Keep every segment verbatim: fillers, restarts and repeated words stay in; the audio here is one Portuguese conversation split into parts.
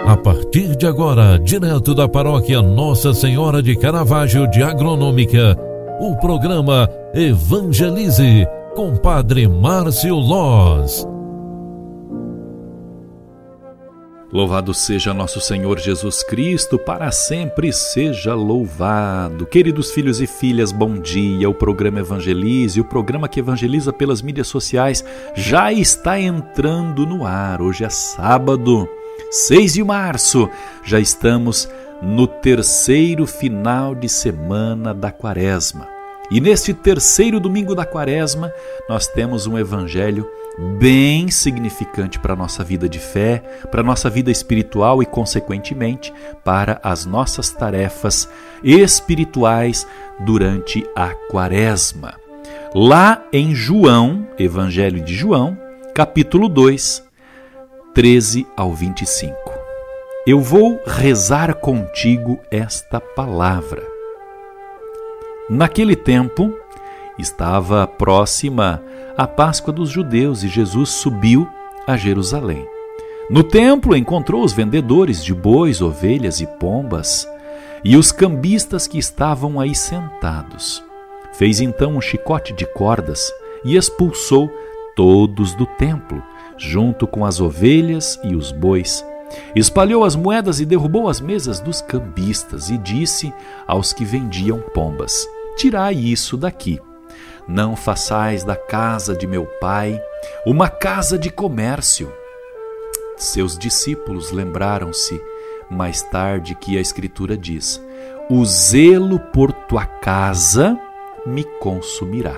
A partir de agora, direto da paróquia Nossa Senhora de Caravaggio de Agronômica, o programa Evangelize com Padre Márcio Loz. Louvado seja nosso Senhor Jesus Cristo, para sempre seja louvado. Queridos filhos e filhas, bom dia. O programa Evangelize, o programa que evangeliza pelas mídias sociais, já está entrando no ar. Hoje é sábado, seis de março. Já estamos no terceiro final de semana da Quaresma. E neste terceiro domingo da Quaresma, nós temos um evangelho bem significante para a nossa vida de fé, para a nossa vida espiritual e, consequentemente, para as nossas tarefas espirituais durante a Quaresma. Lá em João, Evangelho de João, capítulo dois, treze ao vinte e cinco. Eu vou rezar contigo esta palavra. Naquele tempo, estava próxima a Páscoa dos judeus e Jesus subiu a Jerusalém. No templo encontrou os vendedores de bois, ovelhas e pombas e os cambistas que estavam aí sentados. Fez então um chicote de cordas e expulsou todos do templo, junto com as ovelhas e os bois. Espalhou as moedas e derrubou as mesas dos cambistas e disse aos que vendiam pombas: tirai isso daqui. Não façais da casa de meu pai uma casa de comércio. Seus discípulos lembraram-se mais tarde que a Escritura diz: o zelo por tua casa me consumirá.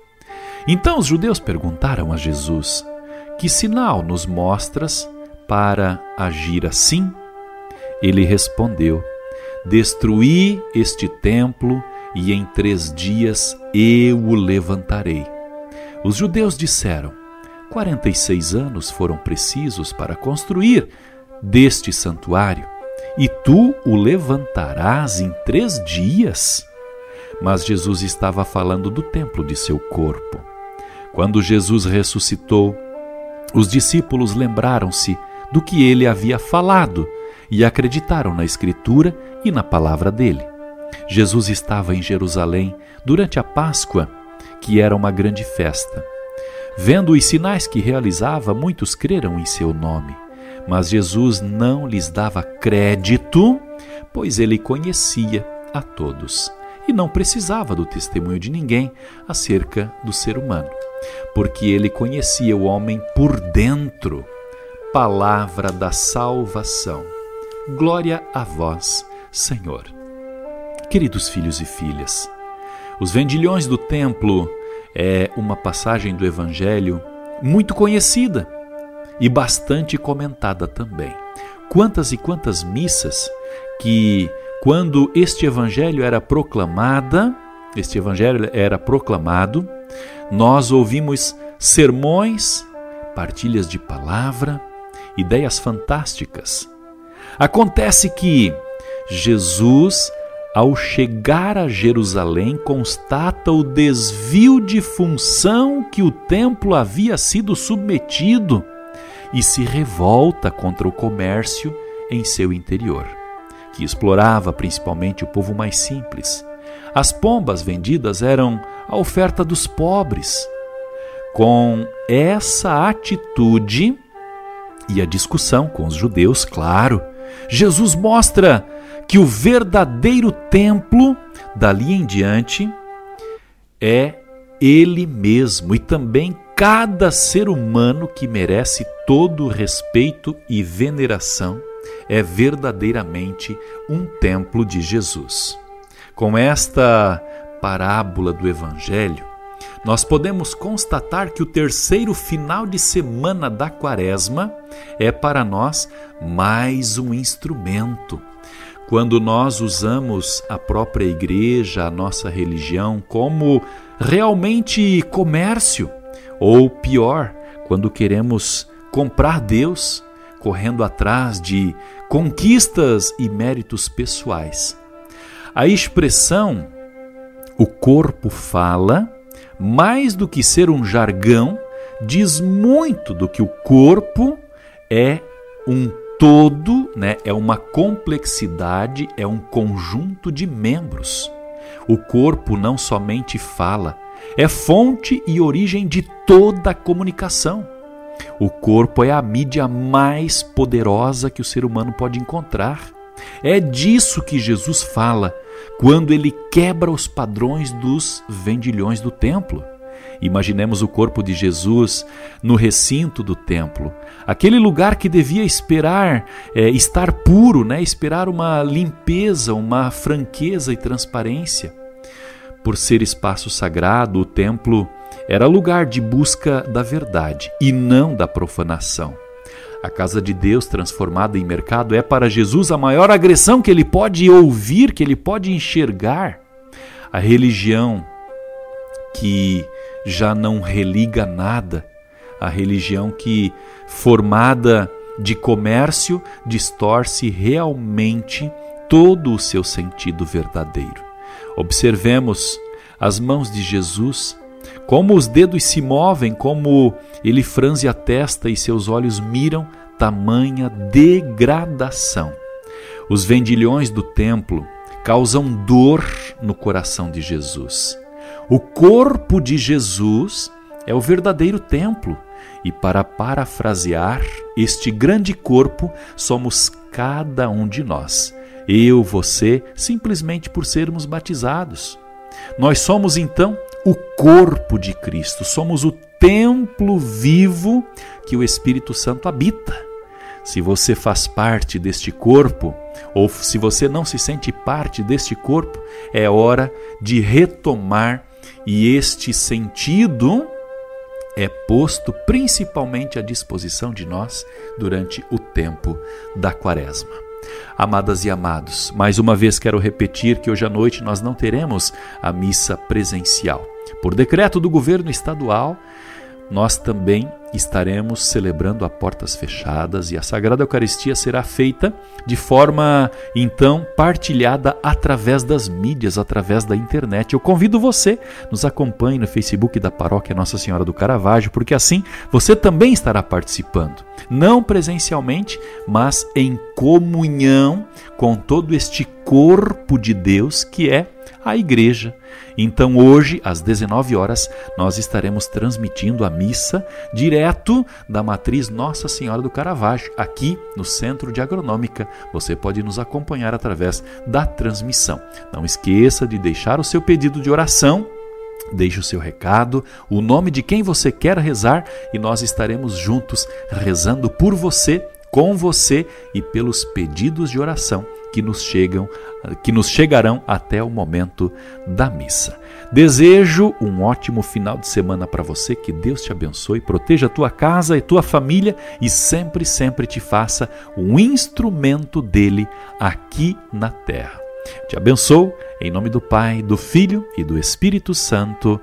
Então os judeus perguntaram a Jesus: que sinal nos mostras para agir assim? Ele respondeu: destruí este templo e em três dias eu o levantarei. Os judeus disseram: quarenta e seis anos foram precisos para construir deste santuário, e tu o levantarás em três dias? Mas Jesus estava falando do templo de seu corpo. Quando Jesus ressuscitou, os discípulos lembraram-se do que ele havia falado e acreditaram na Escritura e na palavra dele. Jesus estava em Jerusalém durante a Páscoa, que era uma grande festa. Vendo os sinais que realizava, muitos creram em seu nome. Mas Jesus não lhes dava crédito, pois ele conhecia a todos e não precisava do testemunho de ninguém acerca do ser humano, porque ele conhecia o homem por dentro. Palavra da salvação. Glória a vós, Senhor. Queridos filhos e filhas, os vendilhões do templo é uma passagem do Evangelho muito conhecida e bastante comentada também. Quantas e quantas missas que, quando este Evangelho era proclamada, este Evangelho era proclamado, nós ouvimos sermões, partilhas de palavra, ideias fantásticas. Acontece que Jesus, ao chegar a Jerusalém, constata o desvio de função que o templo havia sido submetido e se revolta contra o comércio em seu interior, que explorava principalmente o povo mais simples. As pombas vendidas eram a oferta dos pobres. Com essa atitude e a discussão com os judeus, claro, Jesus mostra que o verdadeiro templo, dali em diante, é Ele mesmo e também cada ser humano que merece todo respeito e veneração é verdadeiramente um templo de Jesus. Com esta parábola do Evangelho, nós podemos constatar que o terceiro final de semana da Quaresma é para nós mais um instrumento. Quando nós usamos a própria igreja, a nossa religião, como realmente comércio, ou pior, quando queremos comprar Deus, correndo atrás de conquistas e méritos pessoais. A expressão "o corpo fala", mais do que ser um jargão, diz muito do que o corpo é um todo, né, é uma complexidade, é um conjunto de membros. O corpo não somente fala, é fonte e origem de toda a comunicação. O corpo é a mídia mais poderosa que o ser humano pode encontrar. É disso que Jesus fala quando ele quebra os padrões dos vendilhões do templo. Imaginemos o corpo de Jesus no recinto do templo, aquele lugar que devia esperar é, estar puro, né? Esperar uma limpeza, uma franqueza e transparência. Por ser espaço sagrado, o templo era lugar de busca da verdade e não da profanação. A casa de Deus transformada em mercado é para Jesus a maior agressão que ele pode ouvir, que ele pode enxergar. A religião que já não religa nada, a religião que, formada de comércio, distorce realmente todo o seu sentido verdadeiro. Observemos as mãos de Jesus, como os dedos se movem, como ele franze a testa e seus olhos miram, tamanha degradação. Os vendilhões do templo causam dor no coração de Jesus. O corpo de Jesus é o verdadeiro templo e, para parafrasear, este grande corpo somos cada um de nós. Eu, você, simplesmente por sermos batizados. Nós somos então o corpo de Cristo, somos o templo vivo que o Espírito Santo habita. Se você faz parte deste corpo, ou se você não se sente parte deste corpo, é hora de retomar, e este sentido é posto principalmente à disposição de nós durante o tempo da Quaresma. Amadas e amados, mais uma vez quero repetir que hoje à noite nós não teremos a missa presencial. Por decreto do governo estadual, nós também estaremos celebrando a portas fechadas e a Sagrada Eucaristia será feita de forma, então, partilhada através das mídias, através da internet. Eu convido você, nos acompanhe no Facebook da Paróquia Nossa Senhora do Caravaggio, porque assim você também estará participando. Não presencialmente, mas em comunhão com todo este corpo de Deus que é a Igreja. Então hoje, às dezenove horas, nós estaremos transmitindo a missa direto da Matriz Nossa Senhora do Caravaggio, aqui no Centro de Agronômica. Você pode nos acompanhar através da transmissão. Não esqueça de deixar o seu pedido de oração, deixe o seu recado, o nome de quem você quer rezar e nós estaremos juntos rezando por você, com você e pelos pedidos de oração que nos chegam, que nos chegarão até o momento da missa. Desejo um ótimo final de semana para você, que Deus te abençoe, proteja a tua casa e tua família e sempre, sempre te faça um instrumento dele aqui na terra. Te abençoo em nome do Pai, do Filho e do Espírito Santo.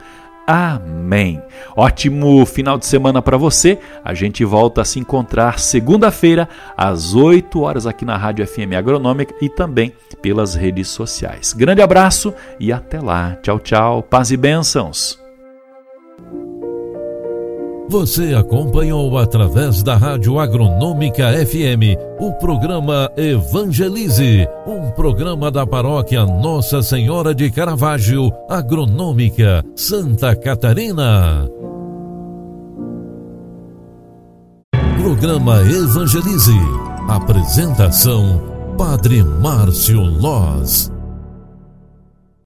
Amém. Ótimo final de semana para você. A gente volta a se encontrar segunda-feira às oito horas aqui na Rádio F M Agronômica e também pelas redes sociais. Grande abraço e até lá. Tchau, tchau. Paz e bênçãos. Você acompanhou através da Rádio Agronômica F M o programa Evangelize, um programa da Paróquia Nossa Senhora de Caravaggio, Agronômica, Santa Catarina. Programa Evangelize. Apresentação: Padre Márcio Loz.